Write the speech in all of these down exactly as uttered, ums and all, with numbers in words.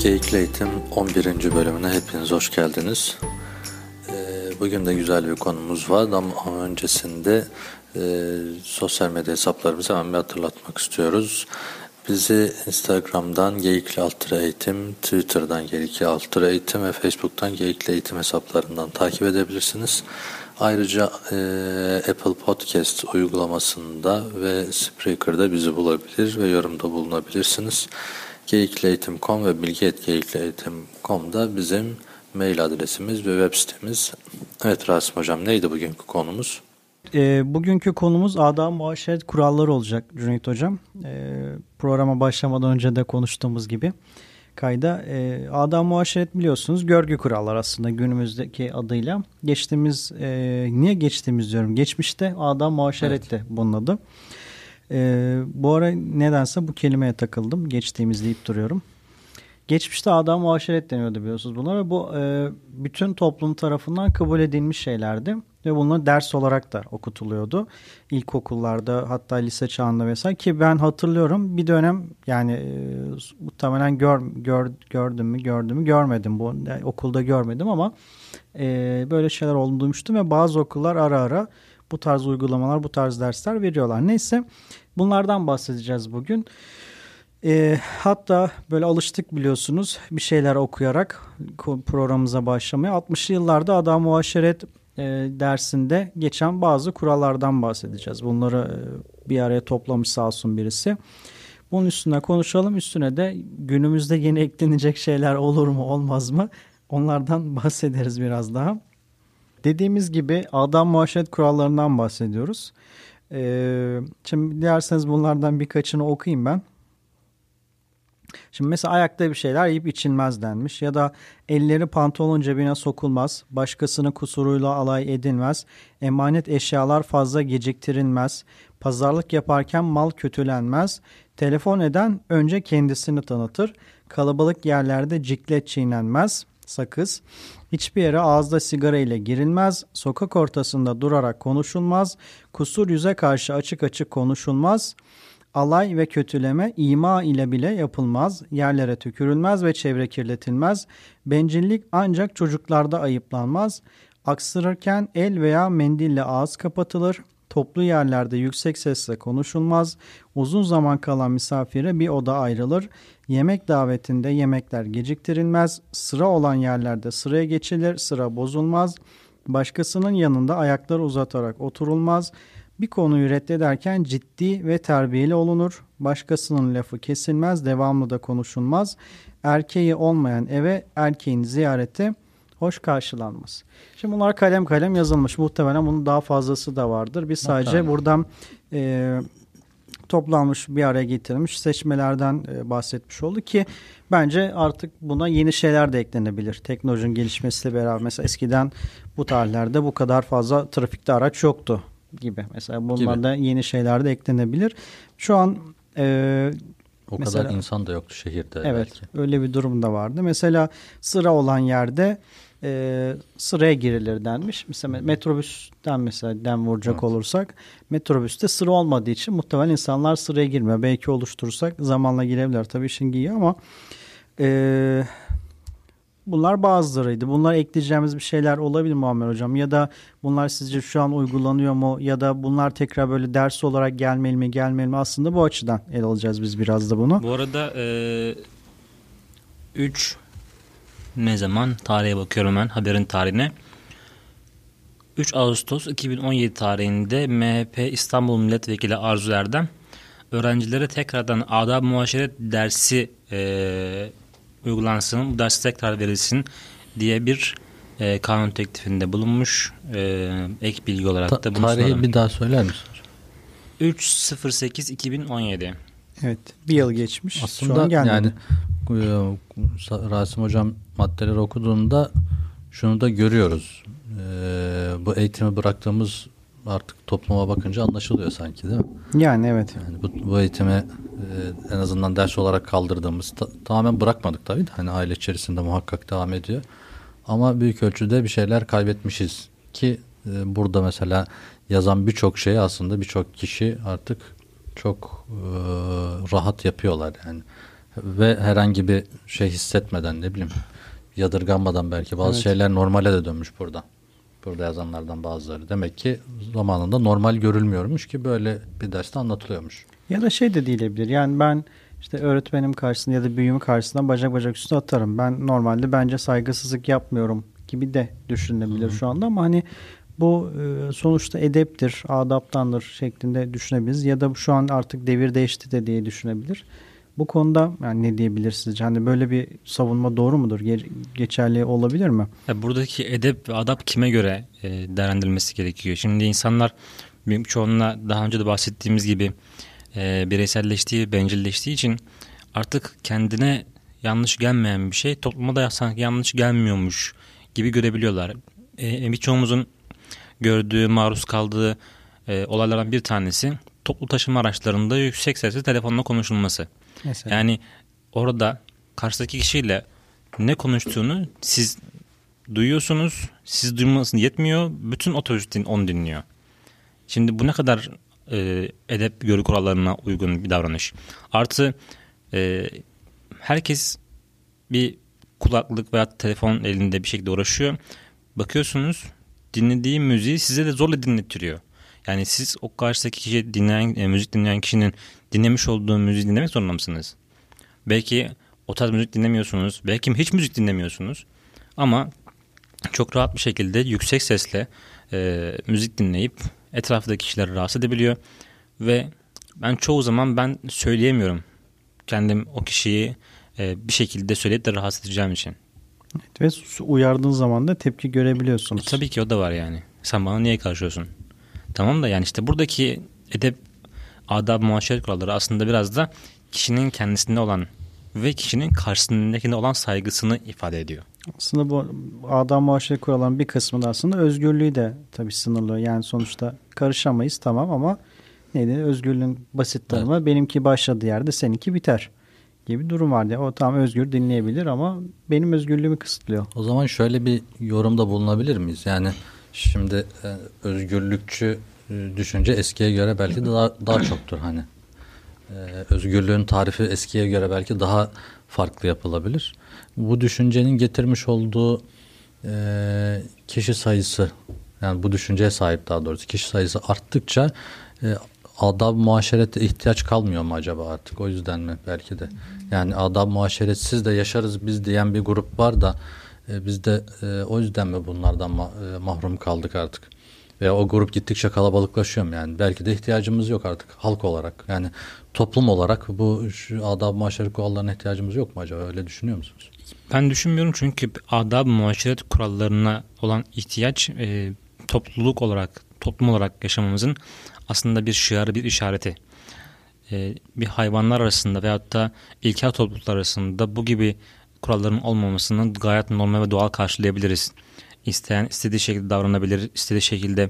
Geyikli Eğitim on birinci bölümüne hepiniz hoş geldiniz. Bugün de güzel bir konumuz var ama öncesinde e, sosyal medya hesaplarımızı hemen bir hatırlatmak istiyoruz. Bizi Instagram'dan Geyikli Altı Eğitim, Twitter'dan Geyikli Altı Eğitim ve Facebook'tan Geyikli Eğitim hesaplarından takip edebilirsiniz. Ayrıca e, Apple Podcast uygulamasında ve Spreaker'da bizi bulabilir ve yorumda bulunabilirsiniz. geyikli eğitim nokta com ve bilgi et geyikli eğitim nokta com'da bizim mail adresimiz ve web sitemiz. Evet Rasim Hocam, neydi bugünkü konumuz? E, bugünkü konumuz adab-ı muaşeret kuralları olacak Cüneyt Hocam. E, programa başlamadan önce de konuştuğumuz gibi kayda. E, adab-ı muaşeret biliyorsunuz görgü kuralları aslında günümüzdeki adıyla. Geçtiğimiz, e, niye geçtiğimiz diyorum, geçmişte adab-ı muaşeretti evet. Bunun adı. E, bu ara nedense bu kelimeye takıldım. Geçtiğimiz deyip duruyorum. Geçmişte adab-ı muaşeret deniyordu biliyorsunuz bunlar ve bu e, bütün toplum tarafından kabul edilmiş şeylerdi ve bunlar ders olarak da okutuluyordu. İlkokullarda, hatta lise çağında vesaire, ki ben hatırlıyorum bir dönem, yani e, muhtemelen gör, gör, gördüm mü gördüm mü görmedim, bu yani okulda görmedim ama e, böyle şeyler olduğunu duymuştum ve bazı okullar ara ara bu tarz uygulamalar, bu tarz dersler veriyorlar. Neyse, bunlardan bahsedeceğiz bugün. E, hatta böyle alıştık biliyorsunuz bir şeyler okuyarak programımıza başlamaya. altmışlı yıllarda adab-ı muaşeret e, dersinde geçen bazı kurallardan bahsedeceğiz. Bunları e, bir araya toplamış sağ olsun birisi. Bunun üstüne konuşalım. Üstüne de günümüzde yeni eklenecek şeyler olur mu olmaz mı? Onlardan bahsederiz biraz daha. Dediğimiz gibi adab-ı muaşeret kurallarından bahsediyoruz. E, şimdi dilerseniz bunlardan birkaçını okuyayım ben. Şimdi mesela ayakta bir şeyler yiyip içilmez denmiş ya da elleri pantolon cebine sokulmaz, başkasının kusuruyla alay edilmez, emanet eşyalar fazla geciktirilmez, pazarlık yaparken mal kötülenmez, telefon eden önce kendisini tanıtır, kalabalık yerlerde ciklet çiğnenmez, sakız, hiçbir yere ağızda sigara ile girilmez, sokak ortasında durarak konuşulmaz, kusur yüze karşı açık açık konuşulmaz, alay ve kötüleme ima ile bile yapılmaz, yerlere tükürülmez ve çevre kirletilmez, bencillik ancak çocuklarda ayıplanmaz, aksırırken el veya mendille ağız kapatılır, toplu yerlerde yüksek sesle konuşulmaz, uzun zaman kalan misafire bir oda ayrılır, yemek davetinde yemekler geciktirilmez, sıra olan yerlerde sıraya geçilir, sıra bozulmaz, başkasının yanında ayakları uzatarak oturulmaz, bir konuyu reddederken ciddi ve terbiyeli olunur. Başkasının lafı kesilmez, devamlı da konuşulmaz. Erkeği olmayan eve erkeğin ziyareti hoş karşılanmaz. Şimdi bunlar kalem kalem yazılmış. Muhtemelen bunun daha fazlası da vardır. Biz sadece Muhtemelen. buradan e, toplanmış, bir araya getirilmiş seçmelerden e, bahsetmiş oldu ki bence artık buna yeni şeyler de eklenebilir. Teknolojinin gelişmesiyle beraber mesela eskiden bu tarihlerde bu kadar fazla trafikte araç yoktu gibi. Mesela bunlarda gibi. Yeni şeyler de eklenebilir. Şu an e, o mesela, kadar insan da yoktu şehirde. Evet, belki. Öyle bir durum da vardı. Mesela sıra olan yerde e, sıraya girilir denmiş. Mesela metrobüsten mesela dem vuracak evet. olursak, metrobüste sıra olmadığı için muhtemelen insanlar sıraya girmiyor. Belki oluşturursak zamanla girebilirler. Tabii işin giyiyor ama e, bunlar bazılarıydı. Bunlar ekleyeceğimiz bir şeyler olabilir mi Muammer Hocam? Ya da bunlar sizce şu an uygulanıyor mu? Ya da bunlar tekrar böyle ders olarak gelmeli mi, gelmeli mi? Aslında bu açıdan ele alacağız biz biraz da bunu. Bu arada üç e, ne zaman? Tarihe bakıyorum ben, haberin tarihine. üç Ağustos iki bin on yedi tarihinde M H P İstanbul Milletvekili Arzu Erdem öğrencilere tekrardan adab-ı muaşeret dersi e, uygulansın, bu ders tekrar verilsin diye bir e, kanun teklifinde bulunmuş. E, ek bilgi olarak Ta- da bunu tarihi sunalım. Bir daha söyler misin? üç Ekim iki bin on yedi. Evet, bir yıl geçmiş. Aslında şu an yani Rasim Hocam maddeleri okuduğunda şunu da görüyoruz. Ee, bu eğitimi bıraktığımız artık topluma bakınca anlaşılıyor sanki, değil mi? Yani evet. Yani bu, bu eğitimi e, en azından ders olarak kaldırdığımız, ta, tamamen bırakmadık tabii de, hani aile içerisinde muhakkak devam ediyor. Ama büyük ölçüde bir şeyler kaybetmişiz ki e, burada mesela yazan birçok şeyi aslında birçok kişi artık çok e, rahat yapıyorlar yani. ve herhangi bir şey hissetmeden, ne bileyim, yadırganmadan belki bazı Evet. şeyler normale de dönmüş burada. Burada yazanlardan bazıları. Demek ki zamanında normal görülmüyormuş ki böyle bir derste anlatılıyormuş. Ya da şey de diyebilir. Yani ben işte öğretmenim karşısında ya da büyüğüm karşısında bacak bacak üstüne atarım. Ben normalde bence saygısızlık yapmıyorum gibi de düşünebilir şu anda, ama hani bu e, sonuçta edeptir, adaptandır şeklinde düşünebiliriz. Ya da şu an artık devir değişti de diye düşünebilir. Bu konuda yani ne diyebilir sizce? Hani böyle bir savunma doğru mudur? Ge- geçerli olabilir mi? Ya buradaki edep ve adap kime göre e, değerlendirilmesi gerekiyor? Şimdi insanlar büyük çoğunluğuna daha önce de bahsettiğimiz gibi e, bireyselleştiği, bencilleştiği için artık kendine yanlış gelmeyen bir şey topluma da sanki yanlış gelmiyormuş gibi görebiliyorlar. E, birçoğumuzun gördüğü, maruz kaldığı e, olaylardan bir tanesi toplu taşıma araçlarında yüksek sesle telefonla konuşulması. Mesela. Yani orada karşıdaki kişiyle ne konuştuğunu siz duyuyorsunuz. Siz duymasını yetmiyor. Bütün otobüs din, onu dinliyor. Şimdi bu ne kadar e, edep görgü kurallarına uygun bir davranış. Artı e, herkes bir kulaklık veya telefon elinde bir şekilde uğraşıyor. Bakıyorsunuz dinlediği müziği size de zorla dinlettiriyor. Yani siz o karşıdaki kişi dinleyen, e, müzik dinleyen kişinin dinlemiş olduğu müziği dinlemek zorunda mısınız? Belki o tarz müzik dinlemiyorsunuz. Belki hiç müzik dinlemiyorsunuz. Ama çok rahat bir şekilde yüksek sesle e, müzik dinleyip etraftaki kişileri rahatsız edebiliyor. Ve ben çoğu zaman ben söyleyemiyorum. Kendim o kişiyi e, bir şekilde söyleyip de rahatsız edeceğim için. Evet, ve uyardığın zaman da tepki görebiliyorsunuz. E, tabii ki o da var yani. Sen bana niye karşıyorsun? Tamam da yani işte buradaki edep, adab, muaşeret kuralları aslında biraz da kişinin kendisinde olan ve kişinin karşısındakine olan saygısını ifade ediyor. Aslında bu adam muaşeret kurallarının bir kısmı da aslında özgürlüğü de tabii sınırlı. Yani sonuçta karışamayız tamam, ama neydi? Özgürlüğün basit tanımı, evet. Benimki başladığı yerde seninki biter gibi bir durum vardı. O tam özgür dinleyebilir ama benim özgürlüğümü kısıtlıyor. O zaman şöyle bir yorumda bulunabilir miyiz? Yani şimdi e, özgürlükçü e, düşünce eskiye göre belki de daha, daha çoktur hani. E, özgürlüğün tarifi eskiye göre belki daha farklı yapılabilir. Bu düşüncenin getirmiş olduğu e, kişi sayısı, yani bu düşünceye sahip daha doğrusu kişi sayısı arttıkça e, adab muaşerete ihtiyaç kalmıyor mu acaba artık? O yüzden mi belki de? Yani adab muaşeretsiz de yaşarız biz diyen bir grup var da e, biz de e, o yüzden mi bunlardan ma- e, mahrum kaldık artık? Veya o grup gittikçe kalabalıklaşıyor mu yani? Belki de ihtiyacımız yok artık halk olarak. Yani toplum olarak bu şu adab muaşeret kurallarına ihtiyacımız yok mu acaba? Öyle düşünüyor musunuz? Ben düşünmüyorum, çünkü adab muaşeret kurallarına olan ihtiyaç e, topluluk olarak, toplum olarak yaşamamızın aslında bir şiarı, bir işareti. E, bir hayvanlar arasında veyahut da ilkel topluluklar arasında bu gibi kuralların olmamasını gayet normal ve doğal karşılayabiliriz. İsteyen istediği şekilde davranabilir, istediği şekilde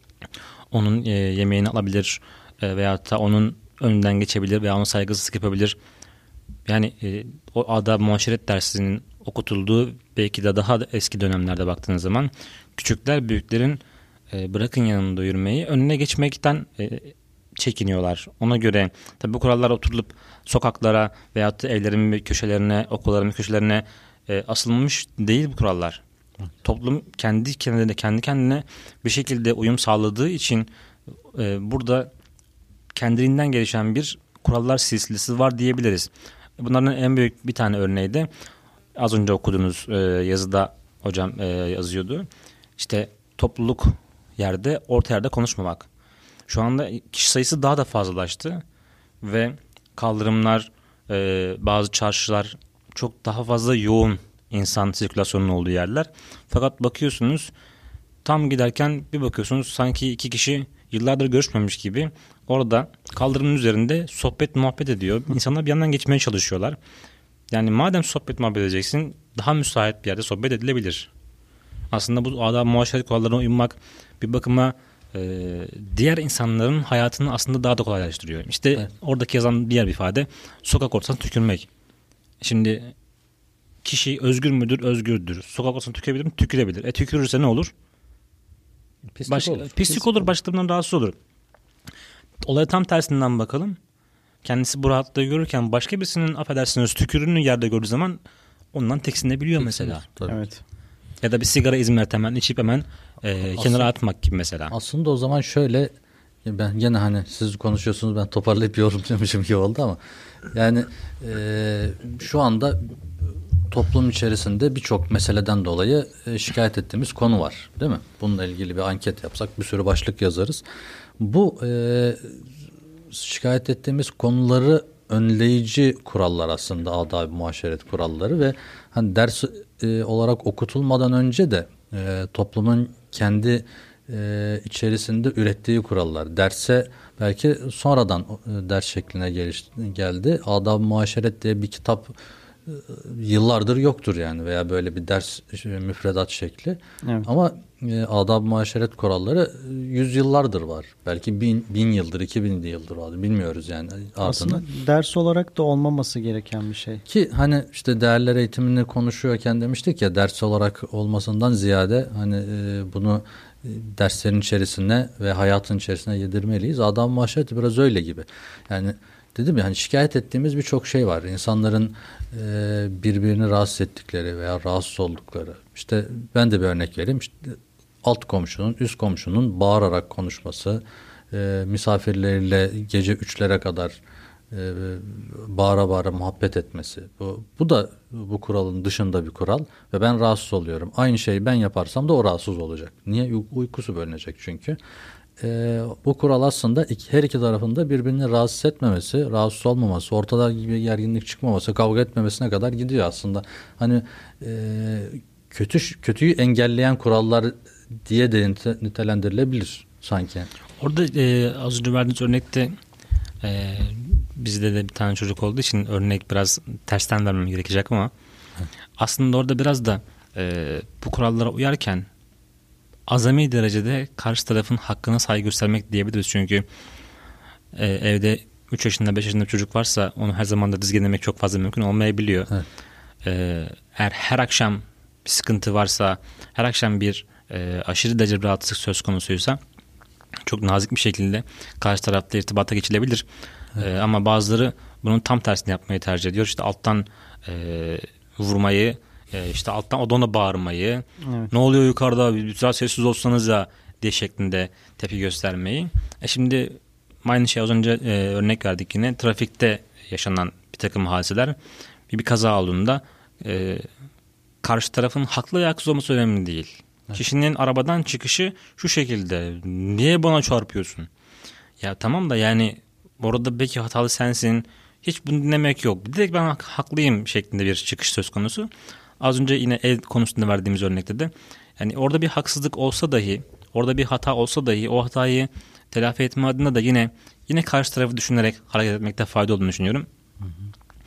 onun e, yemeğini alabilir e, veyahut da onun önünden geçebilir veya ona saygısızlık yapabilir. Yani e, o adab muaşeret dersinin okutulduğu belki de daha da eski dönemlerde baktığınız zaman küçükler büyüklerin e, bırakın yanında yürümeyi, önüne geçmekten e, çekiniyorlar. Ona göre tabii bu kurallar oturulup sokaklara veyahut da evlerin bir köşelerine, okulların bir köşelerine e, asılmış değil bu kurallar. Toplum kendi kendine kendi kendine bir şekilde uyum sağladığı için e, burada kendiliğinden gelişen bir kurallar silsilesi var diyebiliriz. Bunların en büyük bir tane örneği de az önce okuduğunuz e, yazıda hocam e, yazıyordu. İşte topluluk yerde, orta yerde konuşmamak. Şu anda kişi sayısı daha da fazlalaştı ve kaldırımlar, e, bazı çarşılar çok daha fazla yoğun insan sirkülasyonunun olduğu yerler. Fakat bakıyorsunuz tam giderken bir bakıyorsunuz sanki iki kişi yıllardır görüşmemiş gibi orada kaldırımın üzerinde sohbet muhabbet ediyor. İnsanlar bir yandan geçmeye çalışıyorlar. Yani madem sohbet muhabbet edeceksin, daha müsait bir yerde sohbet edilebilir. Aslında bu adab muaşeret kurallarına uymak bir bakıma e, diğer insanların hayatını aslında daha da kolaylaştırıyor. İşte evet. Oradaki yazan diğer bir ifade sokak ortasına tükürmek. Şimdi kişi özgür müdür? Özgürdür. Sokak ortasına tükürebilir mi? Tükürebilir. E tükürürse ne olur? Pislik Baş, olur. Pislik, pislik olur. Başkalarından rahatsız olur. Olaya tam tersinden bakalım. kendisi bu rahatlığı görürken başka birisinin affedersiniz tükürüğünü yerde gördüğü zaman ondan tiksinebiliyor mesela. Tabii. Evet. Ya da bir sigara izmariti hemen içip hemen e, kenara atmak gibi mesela. Aslında o zaman şöyle, ben gene hani siz konuşuyorsunuz ben toparlayıp yorumlamışım gibi oldu ama yani e, şu anda toplum içerisinde birçok meseleden dolayı e, şikayet ettiğimiz konu var, değil mi? Bununla ilgili bir anket yapsak bir sürü başlık yazarız. Bu e, şikayet ettiğimiz konuları önleyici kurallar aslında adab-ı muaşeret kuralları ve hani ders e, olarak okutulmadan önce de e, toplumun kendi e, içerisinde ürettiği kurallar. Derse belki sonradan e, ders şekline geliş, geldi. Adab-ı muaşeret diye bir kitap e, yıllardır yoktur yani veya böyle bir ders e, müfredat şekli. Evet. Ama e, adab-ı muaşeret kuralları e, yüzyıllardır var. Belki bin, bin yıldır, iki bin yıldır var. Bilmiyoruz yani. Ardından. Aslında ders olarak da olmaması gereken bir şey. Ki hani işte değerler eğitimini konuşuyorken demiştik ya, ders olarak olmasından ziyade hani e, bunu e, derslerin içerisine ve hayatın içerisine yedirmeliyiz. Adab-ı muaşeret biraz öyle gibi. Yani dedim ya hani şikayet ettiğimiz birçok şey var. İnsanların e, birbirini rahatsız ettikleri veya rahatsız oldukları. İşte ben de bir örnek vereyim. İşte alt komşunun, üst komşunun bağırarak konuşması, e, misafirleriyle gece üçlere kadar e, bağıra bağıra muhabbet etmesi. Bu, bu da bu kuralın dışında bir kural ve ben rahatsız oluyorum. Aynı şeyi ben yaparsam da o rahatsız olacak. Niye? Uykusu bölünecek çünkü. E, bu kural aslında iki, her iki tarafında birbirini rahatsız etmemesi, rahatsız olmaması, ortada bir gerginlik çıkmaması, kavga etmemesine kadar gidiyor aslında. Hani e, kötü kötüyü engelleyen kurallar diye de nitelendirilebilir sanki. Orada e, az önce verdiğiniz örnekte e, bizde de bir tane çocuk olduğu için örnek biraz tersten vermem gerekecek ama evet. Aslında orada biraz da e, bu kurallara uyarken azami derecede karşı tarafın hakkına saygı göstermek diyebiliriz. Çünkü e, evde üç yaşında beş yaşında bir çocuk varsa onu her zaman da dizginlemek çok fazla mümkün olmayabiliyor. Evet. E, eğer her akşam bir sıkıntı varsa, her akşam bir e, aşırı derece bir rahatsızlık söz konusuysa çok nazik bir şekilde karşı tarafta irtibata geçilebilir. Evet. E, ama bazıları bunun tam tersini yapmayı tercih ediyor. İşte alttan e, vurmayı, e, işte alttan odana bağırmayı, evet. Ne oluyor yukarıda biraz sessiz olsanız ya diye şeklinde tepki göstermeyi. E şimdi aynı şey az önce e, örnek verdik yine. Trafikte yaşanan bir takım hadiseler, bir, bir kaza olduğunda e, karşı tarafın haklı veya haksız olması önemli değil. Evet. Kişinin arabadan çıkışı şu şekilde. Niye bana çarpıyorsun? Ya tamam da yani orada belki hatalı sensin. Hiç bunu dinlemek yok. Direkt ben haklıyım şeklinde bir çıkış söz konusu. Az önce yine ev konusunda verdiğimiz örnekte de yani orada bir haksızlık olsa dahi, orada bir hata olsa dahi o hatayı telafi etme adına da yine yine karşı tarafı düşünerek hareket etmekte fayda olduğunu düşünüyorum. Hı hı.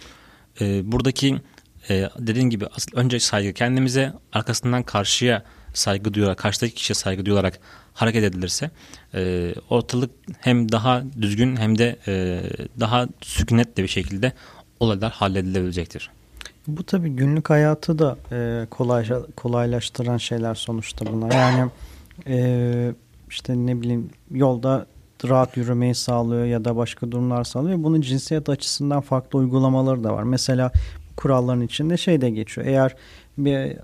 Ee, buradaki e, dediğim gibi asıl önce saygı kendimize, arkasından karşıya saygı duyarak, karşıdaki kişiye saygı duyarak hareket edilirse e, ortalık hem daha düzgün hem de e, daha sükunetli bir şekilde olaylar halledilebilecektir. Bu tabii günlük hayatı da e, kolay, kolaylaştıran şeyler sonuçta bunlar. Yani e, işte ne bileyim yolda rahat yürümeyi sağlıyor ya da başka durumlar sağlıyor. Bunun cinsiyet açısından farklı uygulamaları da var. Mesela kuralların içinde şey de geçiyor. Eğer bir e,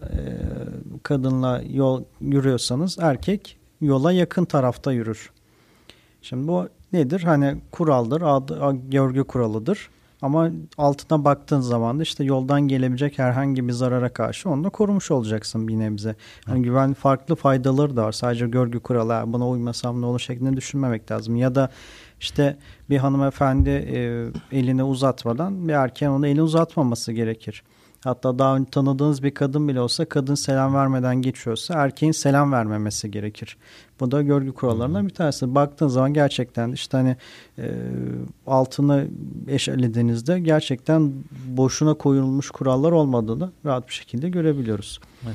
kadınla yol yürüyorsanız erkek yola yakın tarafta yürür. Şimdi bu nedir? Hani kuraldır, adı, görgü kuralıdır. Ama altına baktığın zaman da işte yoldan gelebilecek herhangi bir zarara karşı onu da korumuş olacaksın bir nebze. Yani güven farklı faydaları da var. Sadece görgü kuralı buna uymasam ne olur şeklinde düşünmemek lazım. Ya da işte bir hanımefendi e, elini uzatmadan bir erkeğin ona elini uzatmaması gerekir. Hatta daha önce tanıdığınız bir kadın bile olsa kadın selam vermeden geçiyorsa erkeğin selam vermemesi gerekir. Bu da görgü kurallarından bir tanesi. Baktığın zaman gerçekten işte hani e, altını eşelediğinizde gerçekten boşuna koyulmuş kurallar olmadığını rahat bir şekilde görebiliyoruz. Evet.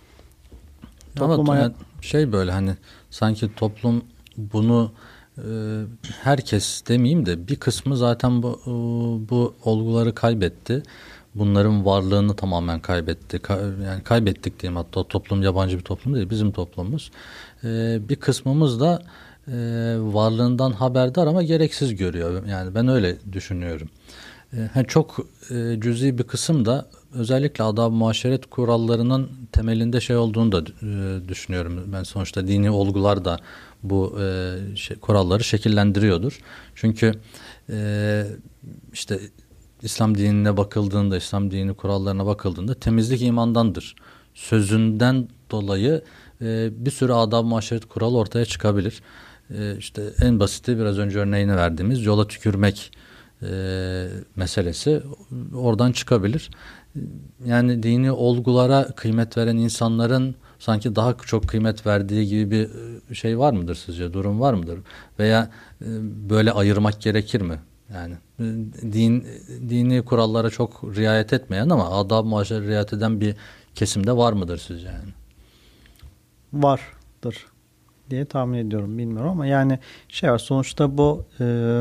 Toplum hayat... şey böyle hani sanki toplum bunu e, herkes demeyeyim de bir kısmı zaten bu, e, bu olguları kaybetti. Bunların varlığını tamamen kaybetti. Yani kaybettik diyeyim, hatta toplum yabancı bir toplum değil, bizim toplumumuz. Ee, bir kısmımız da e, varlığından haberdar ama gereksiz görüyor. Yani ben öyle düşünüyorum. E, çok e, cüzi bir kısım da özellikle adab-ı muaşeret kurallarının temelinde şey olduğunu da e, düşünüyorum. Ben sonuçta dini olgular da bu e, şey, kuralları şekillendiriyordur. Çünkü e, işte İslam dinine bakıldığında, İslam dini kurallarına bakıldığında temizlik imandandır. Sözünden dolayı e, bir sürü adab-ı muaşeret kuralı ortaya çıkabilir. E, işte en basiti biraz önce örneğini verdiğimiz yola tükürmek e, meselesi oradan çıkabilir. Yani dini olgulara kıymet veren insanların sanki daha çok kıymet verdiği gibi bir şey var mıdır sizce? Durum var mıdır? Veya e, böyle ayırmak gerekir mi? Yani din dini kurallara çok riayet etmeyen ama adab-ı muaşeret riayet eden bir kesimde var mıdır sizce yani? Vardır diye tahmin ediyorum, bilmiyorum ama yani şey var sonuçta bu e,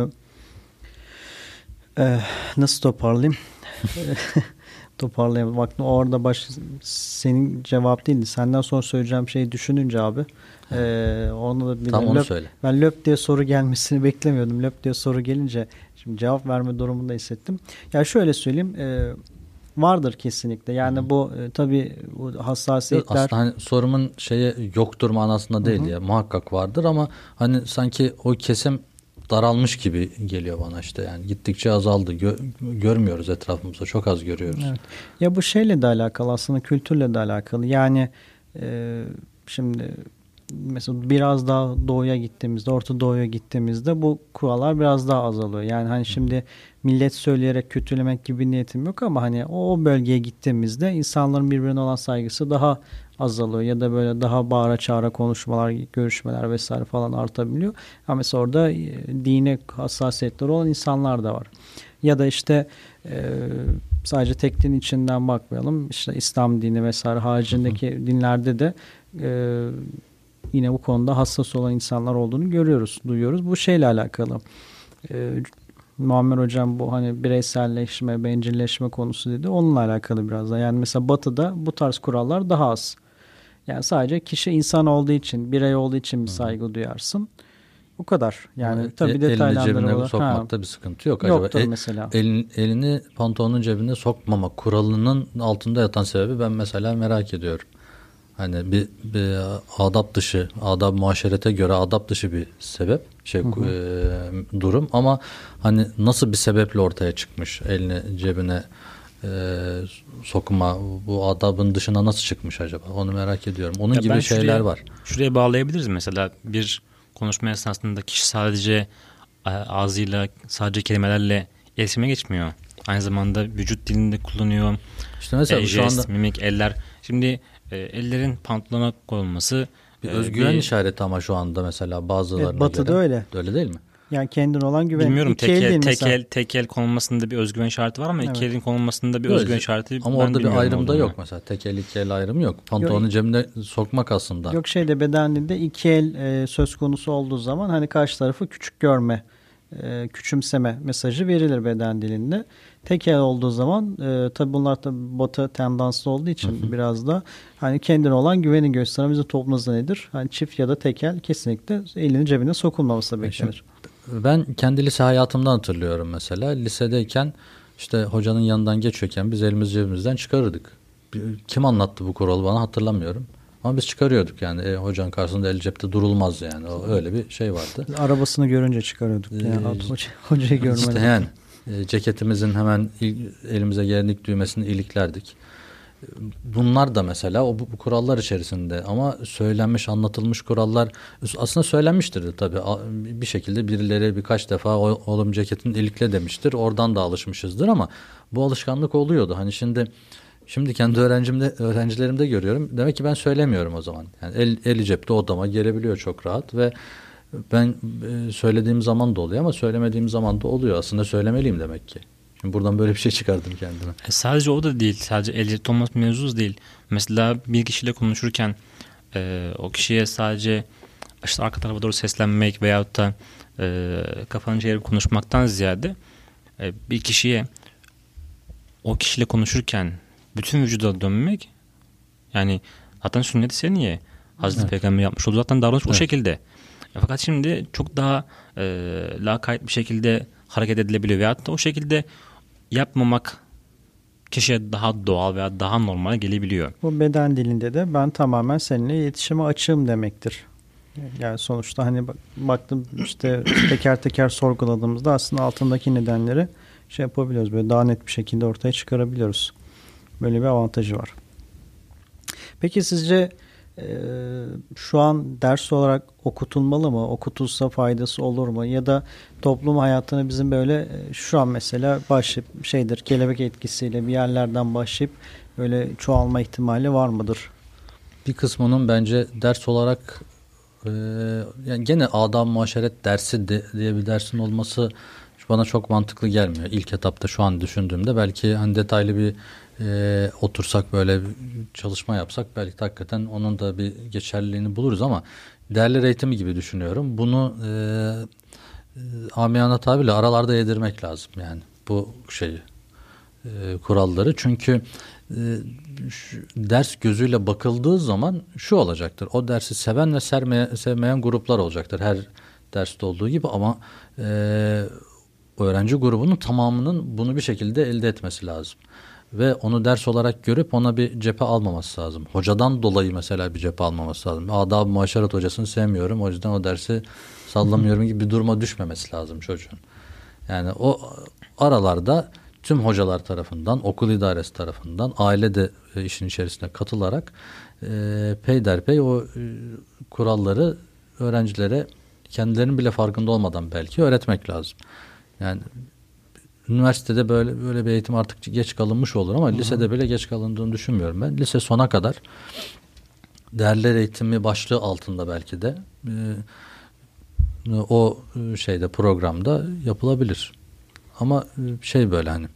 e, nasıl toparlayayım? Toparlayamadım. Bak orada baş senin cevap değildi. Senden sonra söyleyeceğim şeyi düşününce abi. Ee, onu da bir Tam onu löp, söyle. Ben löp diye soru gelmesini beklemiyordum. Löp diye soru gelince şimdi cevap verme durumunda hissettim. Ya şöyle söyleyeyim. E, vardır kesinlikle. Yani Hı-hı. bu e, tabii bu hassasiyetler. Aslında hani sorumun şeye yoktur manasında değil Hı-hı. ya. Muhakkak vardır ama hani sanki o kesim daralmış gibi geliyor bana işte yani gittikçe azaldı. Gö- görmüyoruz etrafımızda, çok az görüyoruz. Evet. Ya bu şeyle de alakalı, aslında kültürle de alakalı. Yani e, şimdi mesela biraz daha doğuya gittiğimizde, Orta Doğu'ya gittiğimizde bu kurallar biraz daha azalıyor. Yani hani şimdi millet söyleyerek kötülemek gibi niyetim yok ama hani o bölgeye gittiğimizde insanların birbirine olan saygısı daha azalıyor ya da böyle daha bağıra çağıra konuşmalar, görüşmeler vesaire falan artabiliyor. Ama mesela orada dine hassasiyetleri olan insanlar da var. Ya da işte e, sadece tek din içinden bakmayalım. İşte İslam dini vesaire haricindeki hı hı. dinlerde de e, yine bu konuda hassas olan insanlar olduğunu görüyoruz, duyuyoruz. Bu şeyle alakalı. E, Muammer Hocam bu hani bireyselleşme, bencilleşme konusu dedi. Onunla alakalı biraz da. Yani mesela Batı'da bu tarz kurallar daha az. Yani sadece kişi insan olduğu için, birey olduğu için bir saygı duyarsın. Bu kadar. Yani evet, tabii detaylandırmalar. Elini cebine sokmakta ha. bir sıkıntı yok. Yoktur acaba. mesela. El, elini pantolonun cebine sokmama kuralının altında yatan sebebi ben mesela merak ediyorum. Hani bir, bir adab dışı, adab muaşerete göre adab dışı bir sebep, şey hı hı. E, durum ama hani nasıl bir sebeple ortaya çıkmış elini cebine e, sokma, bu adabın dışına nasıl çıkmış acaba? Onu merak ediyorum. Onun ya gibi şeyler şuraya, var. Şuraya bağlayabiliriz mesela bir konuşma esnasında kişi sadece ağzıyla, sadece kelimelerle iletişime geçmiyor. Aynı zamanda vücut dilini de kullanıyor. İşte mesela e, jest, anda... mimik, eller. Şimdi e, ellerin pantolona konulması bir özgüven bir... işareti ama şu anda mesela bazılarına evet, Batı'da göre. öyle. Öyle değil mi? Yani kendine olan güven. Bilmiyorum tek el, tek, el, tek el konulmasında bir özgüven işareti var ama evet. iki elin konulmasında bir evet. özgüven işareti ama ben orada bir ayrım da yok olduğunu. Mesela tek el iki el ayrımı yok. Pantolonu cebine sokmak aslında. Yok şeyde beden dilinde iki el e, söz konusu olduğu zaman hani karşı tarafı küçük görme, e, küçümseme mesajı verilir beden dilinde. Tek el olduğu zaman e, tabi bunlar tabi Batı tendanslı olduğu için hı hı. biraz da hani kendine olan güveni gösteren bizim toplumumuzda nedir? Hani çift ya da tek el kesinlikle elinin cebine sokulmaması beklenir. Ben kendi lise hayatımdan hatırlıyorum mesela. Lisedeyken işte hocanın yanından geçiyorken biz elimizi cebimizden çıkarırdık. Kim anlattı bu kuralı bana hatırlamıyorum. Ama biz çıkarıyorduk yani. E, hocanın karşısında el cepte durulmaz yani. O, öyle bir şey vardı. Arabasını görünce çıkarıyorduk. Ee, yani hoca, hocayı görmedik. İşte yani e, ceketimizin hemen il, elimize gelinlik düğmesini iliklerdik. Bunlar da mesela o bu, bu kurallar içerisinde ama söylenmiş, anlatılmış kurallar aslında söylenmiştir tabii. Bir şekilde birileri birkaç defa oğlum ceketini ilikle demiştir. Oradan da alışmışızdır ama bu alışkanlık oluyordu. Hani şimdi şimdi kendi öğrencimde öğrencilerimde görüyorum. Demek ki ben söylemiyorum o zaman. Yani el, eli cepte odama gelebiliyor çok rahat ve ben söylediğim zaman da oluyor ama söylemediğim zaman da oluyor. Aslında söylemeliyim demek ki. Şimdi buradan böyle bir şey çıkardım kendime. E sadece o da değil. Sadece el cepte olması mevzu değil. Mesela bir kişiyle konuşurken e, o kişiye sadece işte arka tarafa doğru seslenmek veyahut da e, kafanı çevirip konuşmaktan ziyade e, bir kişiye o kişiyle konuşurken bütün vücuda dönmek yani zaten sünnet-i seniyye Hazreti evet. Peygamber yapmış olduğu zaten davranış evet. o şekilde. Fakat şimdi çok daha e, lakayt bir şekilde hareket edilebiliyor veyahut da o şekilde yapmamak kişiye daha doğal veya daha normal gelebiliyor. Bu beden dilinde de ben tamamen seninle iletişime açığım demektir. Yani sonuçta hani baktım işte teker teker sorguladığımızda aslında altındaki nedenleri şey yapabiliyoruz. Böyle daha net bir şekilde ortaya çıkarabiliyoruz. Böyle bir avantajı var. Peki sizce e, şu an ders olarak okutulmalı mı? Okutulsa faydası olur mu? Ya da toplum hayatını bizim böyle e, şu an mesela başlayıp şeydir, kelebek etkisiyle bir yerlerden başlayıp böyle çoğalma ihtimali var mıdır? Bir kısmının bence ders olarak e, yani gene adab-ı muaşeret dersi de, diye bir dersin olması bana çok mantıklı gelmiyor. İlk etapta şu an düşündüğümde belki hani detaylı bir e, otursak böyle bir çalışma yapsak belki hakikaten onun da bir geçerliliğini buluruz ama değerler eğitimi gibi düşünüyorum. Bunu e, e, amiyane tabirle aralarda yedirmek lazım yani bu şeyi e, kuralları. Çünkü e, şu, ders gözüyle bakıldığı zaman şu olacaktır. O dersi seven ve sermeye, sevmeyen gruplar olacaktır. Her derste olduğu gibi ama e, öğrenci grubunun tamamının bunu bir şekilde elde etmesi lazım. Ve onu ders olarak görüp ona bir cephe almaması lazım. Hocadan dolayı mesela bir cephe almaması lazım. Adab-ı muaşeret hocasını sevmiyorum, o yüzden o dersi sallamıyorum gibi bir duruma düşmemesi lazım çocuğun. Yani o aralarda tüm hocalar tarafından, okul idaresi tarafından, aile de işin içerisine katılarak e, peyderpey o e, kuralları öğrencilere kendilerinin bile farkında olmadan belki öğretmek lazım. Yani üniversitede böyle böyle bir eğitim artık geç kalınmış olur ama Hı-hı. lisede bile geç kalındığını düşünmüyorum ben. Lise sona kadar değerler eğitimi başlığı altında belki de e, o şeyde programda yapılabilir. Ama şey böyle hani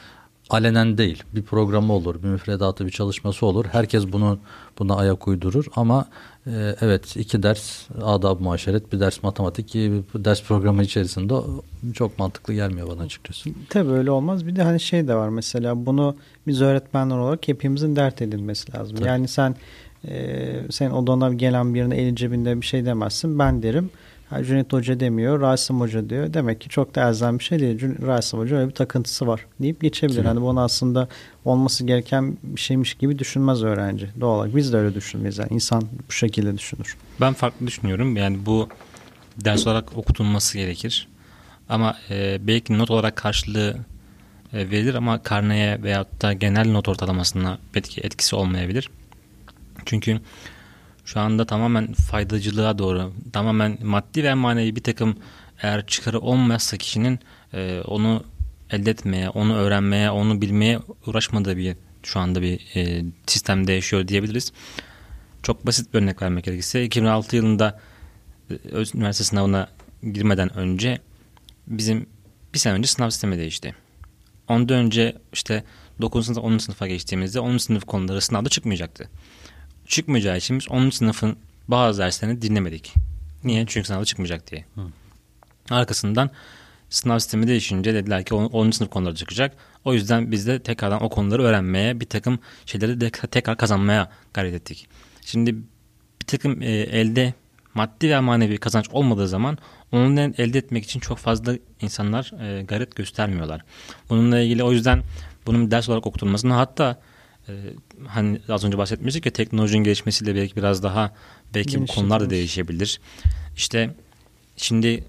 alenen değil. Bir programı olur, bir müfredatı, bir çalışması olur. Herkes bunu buna ayak uydurur ama e, evet iki ders adab-ı muaşeret, bir ders matematik gibi bir ders programı içerisinde çok mantıklı gelmiyor bana açıkçası. Tabii öyle olmaz. Bir de hani şey de var mesela bunu biz öğretmenler olarak hepimizin dert edilmesi lazım. Tabii. Yani sen e, senin odana gelen birine eli cebinde bir şey demezsin. Ben derim. Cüneyt Hoca demiyor, Rasim Hoca diyor. Demek ki çok da elzem bir şey değil. Rasim Hoca öyle bir takıntısı var deyip geçebilir. Hani bunu aslında olması gereken bir şeymiş gibi düşünmez öğrenci. Doğal olarak biz de öyle düşünmeyiz. Yani insan bu şekilde düşünür. Ben farklı düşünüyorum. Yani bu ders olarak okutulması gerekir. Ama e, belki not olarak karşılığı e, verilir ama karneye veyahut da genel not ortalamasına etki, etkisi olmayabilir. Çünkü şu anda tamamen faydacılığa doğru, tamamen maddi ve manevi bir takım eğer çıkarı olmazsa kişinin e, onu elde etmeye, onu öğrenmeye, onu bilmeye uğraşmadığı bir şu anda bir e, sistemde yaşıyor diyebiliriz. Çok basit bir örnek vermek gerekirse iki bin altı yılında e, üniversite sınavına girmeden önce bizim bir sene önce sınav sistemi değişti. Ondan önce işte dokuzuncu sınıf, onuncu sınıfa geçtiğimizde onuncu sınıf konuları sınavda çıkmayacaktı. Çıkmayacağı için biz onuncu sınıfın bazı derslerini dinlemedik. Niye? Çünkü sınavda çıkmayacak diye. Hı. Arkasından sınav sistemi değişince dediler ki onuncu sınıf konuları çıkacak. O yüzden biz de tekrardan o konuları öğrenmeye, bir takım şeyleri de tekrar kazanmaya gayret ettik. Şimdi bir takım e, elde maddi ve manevi kazanç olmadığı zaman onu elde etmek için çok fazla insanlar e, gayret göstermiyorlar. Bununla ilgili o yüzden bunun ders olarak okutulmasını hatta Ee, hani az önce bahsetmiştik ya teknolojinin gelişmesiyle belki biraz daha belki bu konular da değişebilir. İşte şimdi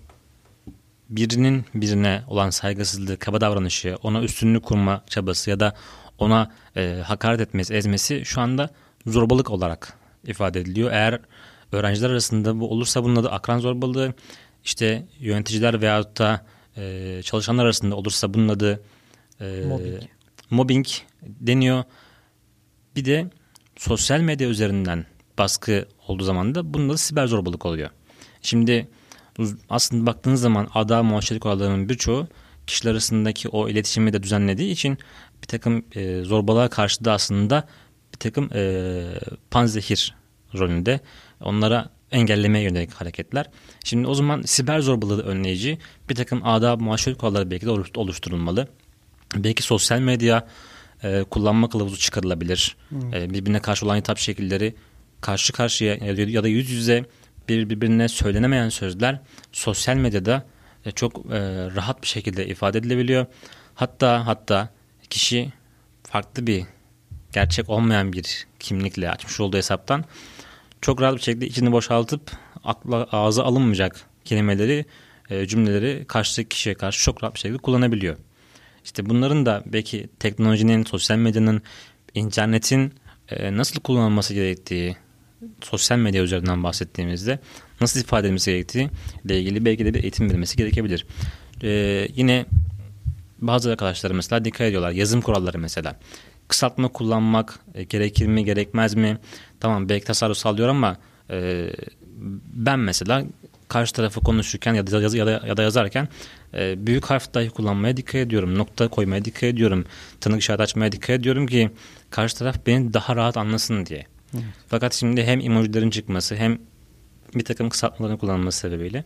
birinin birine olan saygısızlığı, kaba davranışı, ona üstünlük kurma çabası ya da ona e, hakaret etmesi, ezmesi şu anda zorbalık olarak ifade ediliyor. Eğer öğrenciler arasında bu olursa bunun adı akran zorbalığı, işte yöneticiler veyahut da e, çalışanlar arasında olursa bunun adı e, mobbing. mobbing deniyor. Bir de sosyal medya üzerinden baskı olduğu zaman da bunun da siber zorbalık oluyor. Şimdi aslında baktığınız zaman adab-ı muaşeret kurallarının birçoğu kişiler arasındaki o iletişimi de düzenlediği için bir takım e, zorbalığa karşı da aslında bir takım e, panzehir rolünde onlara engellemeye yönelik hareketler. Şimdi o zaman siber zorbalığı önleyici bir takım adab-ı muaşeret kuralları belki de oluşturulmalı. Belki sosyal medya e, kullanma kılavuzu çıkarılabilir. Hmm. E, birbirine karşı olan hitap şekilleri karşı karşıya ya da yüz yüze bir birbirine söylenemeyen sözler sosyal medyada e, çok e, rahat bir şekilde ifade edilebiliyor. Hatta hatta kişi farklı bir gerçek olmayan bir kimlikle açmış olduğu hesaptan çok rahat bir şekilde içini boşaltıp akla ağza alınmayacak kelimeleri, e, cümleleri karşıdaki kişiye karşı çok rahat bir şekilde kullanabiliyor. İşte bunların da belki teknolojinin, sosyal medyanın, internetin e, nasıl kullanılması gerektiği, sosyal medya üzerinden bahsettiğimizde nasıl ifade edilmesi gerektiği ile ilgili belki de bir eğitim verilmesi gerekebilir. E, yine bazı arkadaşlar mesela dikkat ediyorlar. Yazım kuralları mesela. Kısaltma kullanmak e, gerekir mi, gerekmez mi? Tamam, belki tasarruf sağlıyor ama e, ben mesela karşı tarafı konuşurken ya da, yaz, ya da, ya da yazarken e, büyük harf dahi kullanmaya dikkat ediyorum. Nokta koymaya dikkat ediyorum. Tırnak işareti açmaya dikkat ediyorum ki karşı taraf beni daha rahat anlasın diye. Evet. Fakat şimdi hem emojilerin çıkması hem bir takım kısaltmaların kullanılması sebebiyle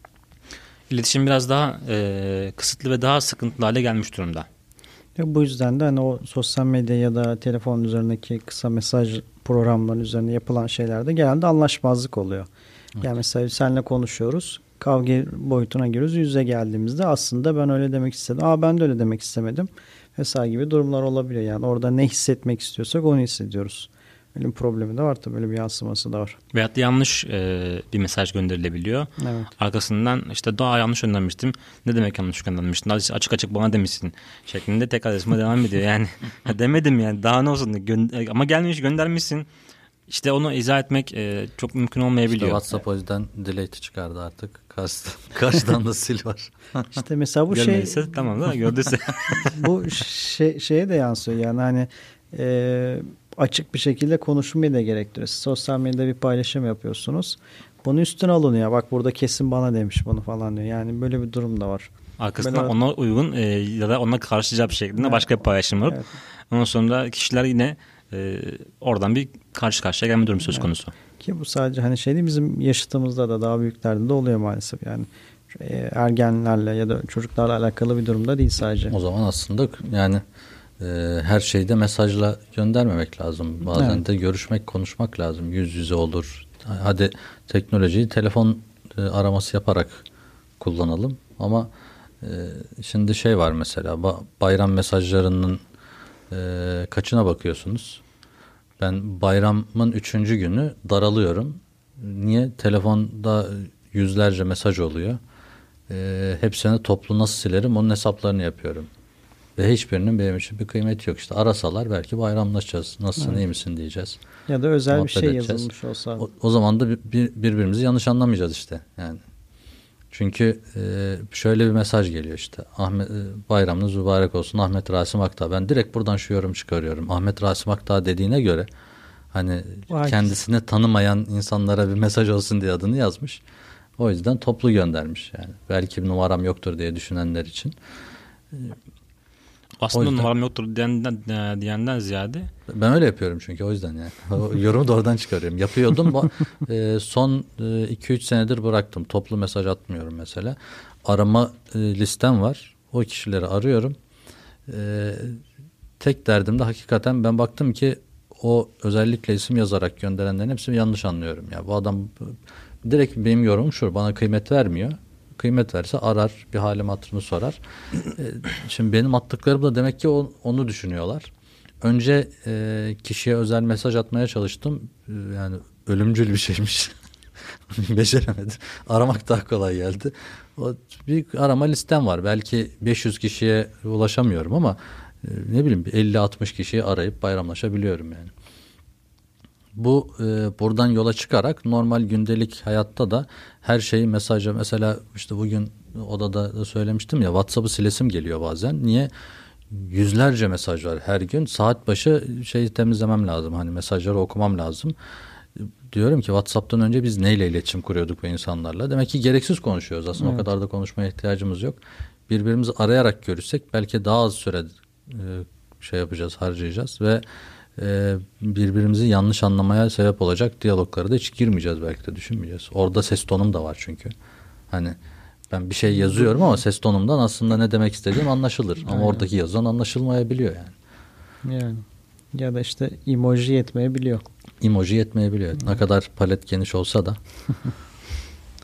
iletişim biraz daha e, kısıtlı ve daha sıkıntılı hale gelmiş durumda. Ya bu yüzden de hani o sosyal medya ya da telefon üzerindeki kısa mesaj programların üzerinde yapılan şeylerde genelde anlaşmazlık oluyor. Evet. Yani mesela seninle konuşuyoruz. Kavga boyutuna giriyoruz. Yüze geldiğimizde aslında ben öyle demek istedim. Aa ben de öyle demek istemedim. Vesaire gibi durumlar olabiliyor. Yani orada ne hissetmek istiyorsak onu hissediyoruz. Öyle bir problemi de var tabii. Böyle bir yansıması da var. Veyahut da yanlış e, bir mesaj gönderilebiliyor. Evet. Arkasından işte daha yanlış göndermiştim. Ne demek yanlış göndermiştin? Açık açık bana demişsin şeklinde tekrar resme devam ediyor. Yani demedim yani daha ne olsun. Gö- ama gelmiş göndermişsin. İşte onu izah etmek e, çok mümkün olmayabiliyor. İşte WhatsApp o yüzden delete çıkardı artık. Karşıdan, karşıdan da sil var. İşte mesela bu şey. Görmediyse tamam da gördüyse. Bu şey, şeye de yansıyor. Yani hani e, açık bir şekilde konuşmayı da gerektiriyor. Siz sosyal medyada bir paylaşım yapıyorsunuz. Bunu üstüne alınıyor. Bak burada kesin bana demiş bunu falan diyor. Yani böyle bir durum da var. Arkasından böyle... ona uygun e, ya da ona karşı cevap şeklinde evet. başka bir paylaşım var. Evet. Ondan sonra kişiler yine e, oradan bir karşı karşıya gelme durumu söz konusu. Evet. Ki bu sadece hani şey değil, bizim yaşıtımızda da daha büyüklerde de oluyor maalesef. Yani ergenlerle ya da çocuklarla alakalı bir durumda değil sadece. O zaman aslında yani e, her şeyi de mesajla göndermemek lazım. Bazen evet. de görüşmek, konuşmak lazım. Yüz yüze olur. Hadi teknolojiyi telefon e, araması yaparak kullanalım. Ama e, şimdi şey var mesela bayram mesajlarının e, kaçına bakıyorsunuz? Ben bayramın üçüncü günü daralıyorum. Niye? Telefonda yüzlerce mesaj oluyor. E, hepsini toplu nasıl silerim onun hesaplarını yapıyorum. Ve hiçbirinin benim için bir kıymeti yok. İşte arasalar belki bayramlaşacağız. Nasılsın, evet. iyi misin diyeceğiz. Ya da özel Muhabbet bir şey edeceğiz. yazılmış olsa. O, o zaman da bir, bir, birbirimizi yanlış anlamayacağız işte. Yani. Çünkü e, şöyle bir mesaj geliyor işte. Ahmet, e, bayramınız mübarek olsun Ahmet Rasim Akdağ. Ben direkt buradan şu yorum çıkarıyorum. Ahmet Rasim Akdağ dediğine göre hani Vay kendisini güzel. tanımayan insanlara bir mesaj olsun diye adını yazmış. O yüzden toplu göndermiş yani. Belki bir numaram yoktur diye düşünenler için. Aslında yüzden, numaram yoktur diyenden, diyenden ziyade. Ben öyle yapıyorum çünkü o yüzden yani. O yorumu da oradan çıkarıyorum. Yapıyordum. e, son iki üç senedir bıraktım. Toplu mesaj atmıyorum mesela. Arama e, listem var. O kişileri arıyorum. E, tek derdim de hakikaten ben baktım ki o özellikle isim yazarak gönderenlerin hepsini yanlış anlıyorum. Ya bu adam direkt benim yorumum şu. Bana kıymet vermiyor. Kıymet verse arar, bir halim hatırını sorar. Şimdi benim attıklarım da demek ki onu düşünüyorlar. Önce e, kişiye özel mesaj atmaya çalıştım. Yani ölümcül bir şeymiş. Beceremedim. Aramak daha kolay geldi. O, bir arama listem var. Belki beş yüz kişiye ulaşamıyorum ama e, ne bileyim elli altmış kişiyi arayıp bayramlaşabiliyorum yani. Bu e, buradan yola çıkarak normal gündelik hayatta da her şeyi mesajla mesela işte bugün odada da söylemiştim ya WhatsApp'ı silesim geliyor bazen. Niye? Yüzlerce mesaj var her gün. Saat başı şey temizlemem lazım. Hani mesajları okumam lazım. Diyorum ki WhatsApp'tan önce biz neyle iletişim kuruyorduk bu insanlarla? Demek ki gereksiz konuşuyoruz. Aslında evet. o kadar da konuşmaya ihtiyacımız yok. Birbirimizi arayarak görüşsek belki daha az süre e, şey yapacağız, harcayacağız ve birbirimizi yanlış anlamaya sebep olacak diyaloglara da hiç girmeyeceğiz, belki de düşünmeyeceğiz. Orada ses tonum da var çünkü. Hani ben bir şey yazıyorum ama ses tonumdan aslında ne demek istediğim anlaşılır. Ama Aynen. oradaki yazılan anlaşılmayabiliyor yani. Yani ya da işte emoji yetmeyebiliyor. Emoji yetmeyebiliyor. Hmm. Ne kadar palet geniş olsa da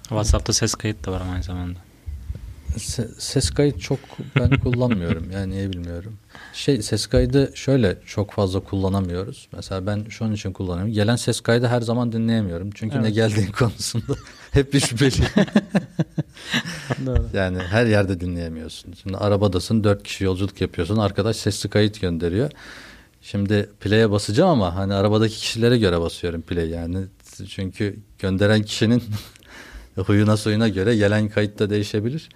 WhatsApp'ta ses kayıt da var aynı zamanda. Se- ses kayıt çok ben kullanmıyorum. Yani niye bilmiyorum. Şey ses kaydı şöyle çok fazla kullanamıyoruz. Mesela ben şunun için kullanıyorum. Gelen ses kaydı her zaman dinleyemiyorum. Çünkü Evet. ne geldiği konusunda hep bir şüpheli. Doğru. Yani her yerde dinleyemiyorsun. Şimdi arabadasın, dört kişi yolculuk yapıyorsun. Arkadaş sesli kayıt gönderiyor. Şimdi play'e basacağım ama hani arabadaki kişilere göre basıyorum play yani. Çünkü gönderen kişinin huyuna suyuna göre gelen kayıt da değişebilir.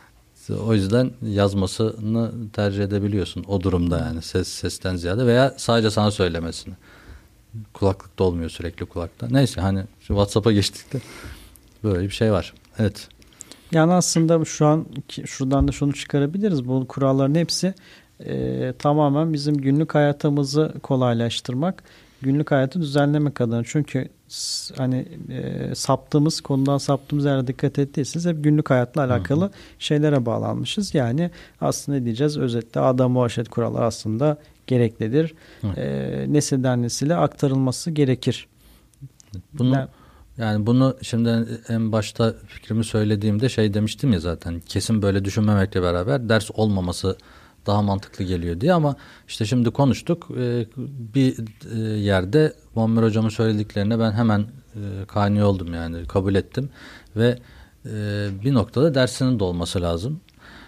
O yüzden yazmasını tercih edebiliyorsun o durumda yani ses sesten ziyade veya sadece sana söylemesini. Kulaklıkta olmuyor sürekli kulakta. Neyse hani şu WhatsApp'a geçtik de böyle bir şey var. Evet. Yani aslında şu an şuradan da şunu çıkarabiliriz. Bu kuralların hepsi e, tamamen bizim günlük hayatımızı kolaylaştırmak, günlük hayatı düzenlemek adına. Çünkü s- hani e, saptığımız konudan saptığımız yere dikkat ettiyseniz hep günlük hayatla alakalı hı hı. şeylere bağlanmışız. Yani aslında ne diyeceğiz? Özetle Adab-ı Muaşeret kuralları aslında gereklidir. E, nesilden nesile aktarılması gerekir. Bunu yani, yani bunu şimdi en başta fikrimi söylediğimde şey demiştim ya zaten kesin böyle düşünmemekle beraber ders olmaması daha mantıklı geliyor diye ama işte şimdi konuştuk bir yerde Muammer Hocam'ın söylediklerine ben hemen kani oldum yani kabul ettim ve bir noktada dersinin de olması lazım.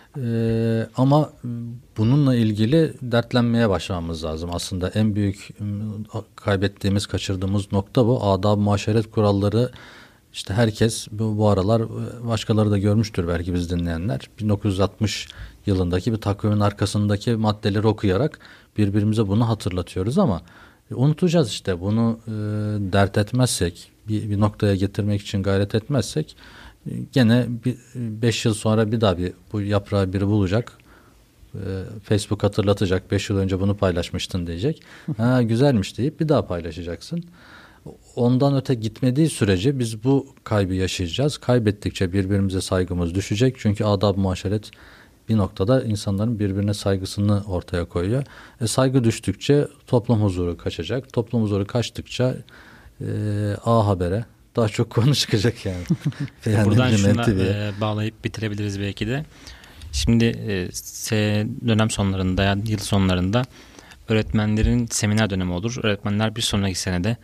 Ee, ama bununla ilgili dertlenmeye başlamamız lazım. Aslında en büyük kaybettiğimiz, kaçırdığımız nokta bu. Adab-ı muaşeret kuralları işte herkes bu, bu aralar başkaları da görmüştür belki biz dinleyenler. bin dokuz yüz altmış yılındaki bir takvimin arkasındaki maddeleri okuyarak birbirimize bunu hatırlatıyoruz ama unutacağız işte. Bunu e, dert etmezsek, bir, bir noktaya getirmek için gayret etmezsek gene beş yıl sonra bir daha bir bu yaprağı biri bulacak. E, Facebook hatırlatacak. beş yıl önce bunu paylaşmıştın diyecek. Ha güzelmiş deyip bir daha paylaşacaksın. Ondan öte gitmediği sürece biz bu kaybı yaşayacağız. Kaybettikçe birbirimize saygımız düşecek. Çünkü adab-ı muaşeret bir noktada insanların birbirine saygısını ortaya koyuyor. E, saygı düştükçe toplum huzuru kaçacak. Toplum huzuru kaçtıkça e, A Haber'e daha çok konu çıkacak yani. yani buradan şuna e, bağlayıp bitirebiliriz belki de. Şimdi e, dönem sonlarında yani yıl sonlarında öğretmenlerin seminer dönemi olur. Öğretmenler bir sonraki senede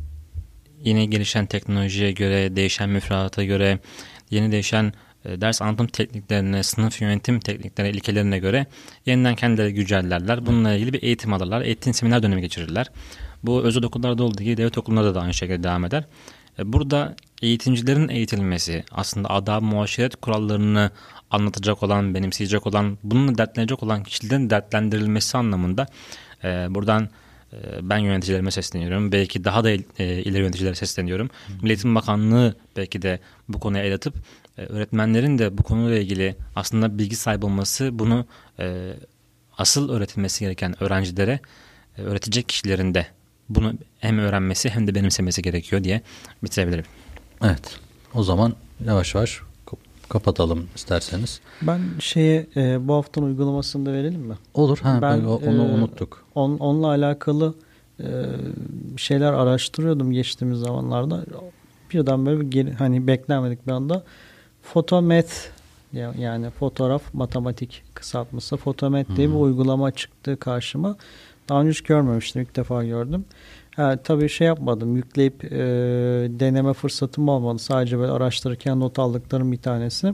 yeni gelişen teknolojiye göre, değişen müfredata göre, yeni değişen e, ders anlatım tekniklerine, sınıf yönetim tekniklerine, ilkelerine göre yeniden kendileri güncellerler. Bununla ilgili bir eğitim alırlar. Eğitim seminer dönemi geçirirler. Bu özel okullarda olduğu gibi devlet okullarında da aynı şekilde devam eder. Burada eğitimcilerin eğitilmesi, aslında adab-ı muaşeret kurallarını anlatacak olan, benimseyecek olan, bununla dertlenecek olan kişilerin dertlendirilmesi anlamında e, buradan e, ben yöneticilerime sesleniyorum. Belki daha da e, ileri yöneticilere sesleniyorum. Hı. Milli Eğitim Bakanlığı belki de bu konuya el atıp e, öğretmenlerin de bu konuyla ilgili aslında bilgi sahibi olması, bunu e, asıl öğretilmesi gereken öğrencilere e, öğretecek kişilerin de bunu hem öğrenmesi hem de benimsemesi gerekiyor diye bitirebilirim. Evet. O zaman yavaş yavaş kapatalım isterseniz. Ben şeye e, bu haftanın uygulamasını da verelim mi? Olur. Ha, ben onu e, unuttuk. On, onunla alakalı e, şeyler araştırıyordum geçtiğimiz zamanlarda. Birden böyle bir geri, hani beklenmedik bir anda Fotomet yani fotoğraf matematik kısaltması Fotomet diye hmm. bir uygulama çıktı karşıma. Daha önce hiç görmemiştim. İlk defa gördüm. Ha, tabii şey yapmadım. Yükleyip e, deneme fırsatım olmadı. Sadece böyle araştırırken not aldıklarım bir tanesi.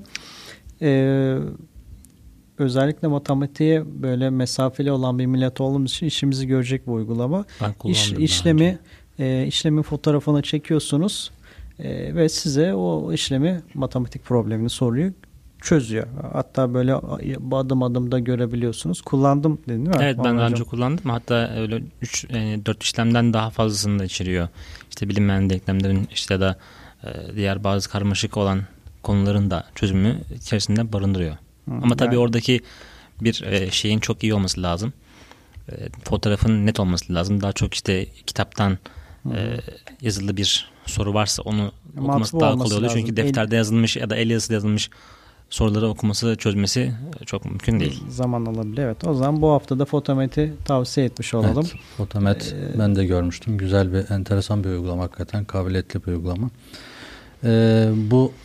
E, özellikle matematiğe böyle mesafeli olan bir millet olduğumuz için işimizi görecek bu uygulama. İş, işlemi e, işlemin fotoğrafını çekiyorsunuz e, ve size o işlemi matematik problemini soruyor. Çözüyor. Hatta böyle adım adım da görebiliyorsunuz. Kullandım dedin değil mi? Evet, ben daha önce kullandım. Hatta öyle üç dört işlemden daha fazlasını da içeriyor. İşte bilinmeyen denklemlerin işte ya da diğer bazı karmaşık olan konuların da çözümü içerisinde barındırıyor. Hı, Ama tabii yani. Oradaki bir şeyin çok iyi olması lazım. Fotoğrafın net olması lazım. Daha çok işte kitaptan Hı. yazılı bir soru varsa onu Matbu okuması daha kolay oluyor. Çünkü defterde el... yazılmış ya da el yazısı yazılmış soruları okuması, çözmesi çok mümkün değil. Zaman alabilir. Evet. O zaman bu hafta da Fotomet'i tavsiye etmiş olalım. Evet, Fotomet ee, ben de görmüştüm. Güzel bir, enteresan bir uygulama hakikaten. Kabiliyetli bir uygulama. Ee, bu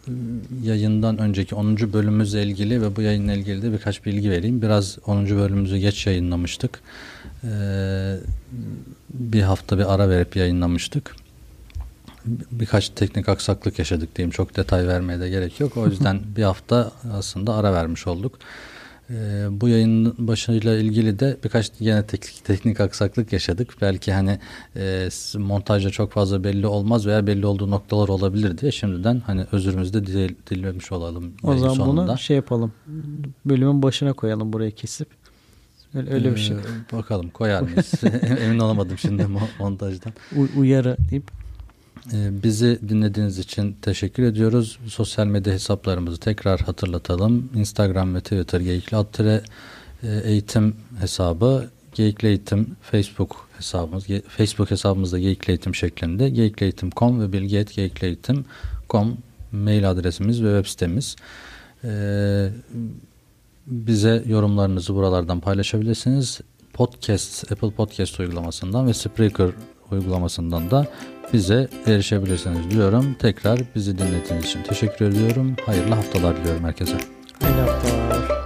yayından önceki onuncu bölümümüzle ilgili ve bu yayınla ilgili de birkaç bilgi vereyim. Biraz onuncu bölümümüzü geç yayınlamıştık. Ee, bir hafta bir ara verip yayınlamıştık. Birkaç teknik aksaklık yaşadık diyeyim. Çok detay vermeye de gerek yok. O yüzden bir hafta aslında ara vermiş olduk. Ee, bu yayının başıyla ilgili de birkaç yine teknik, teknik aksaklık yaşadık. Belki hani e, montajda çok fazla belli olmaz veya belli olduğu noktalar olabilir diye şimdiden hani özürümüzü de dil, dilemiş olalım. O zaman sonunda. bunu şey yapalım. Bölümün başına koyalım burayı kesip. Öyle, öyle bir şey. Ee, bakalım koyar mıyız? Emin olamadım şimdi montajdan. U- uyarı deyip. Ee, bizi dinlediğiniz için teşekkür ediyoruz. Sosyal medya hesaplarımızı tekrar hatırlatalım. Instagram ve Twitter Geyikli Attire eğitim hesabı, Geyikli Eğitim Facebook hesabımız, Facebook hesabımızda Geyikli Eğitim şeklinde, geyikli eğitim nokta com ve bilgi et geyikli eğitim nokta com mail adresimiz ve web sitemiz. Ee, bize yorumlarınızı buralardan paylaşabilirsiniz. Podcast, Apple Podcast uygulamasından ve Spreaker uygulamasından da bize erişebilirsiniz diyorum. Tekrar bizi dinlediğiniz için teşekkür ediyorum. Hayırlı haftalar diliyorum herkese. Hayırlı haftalar.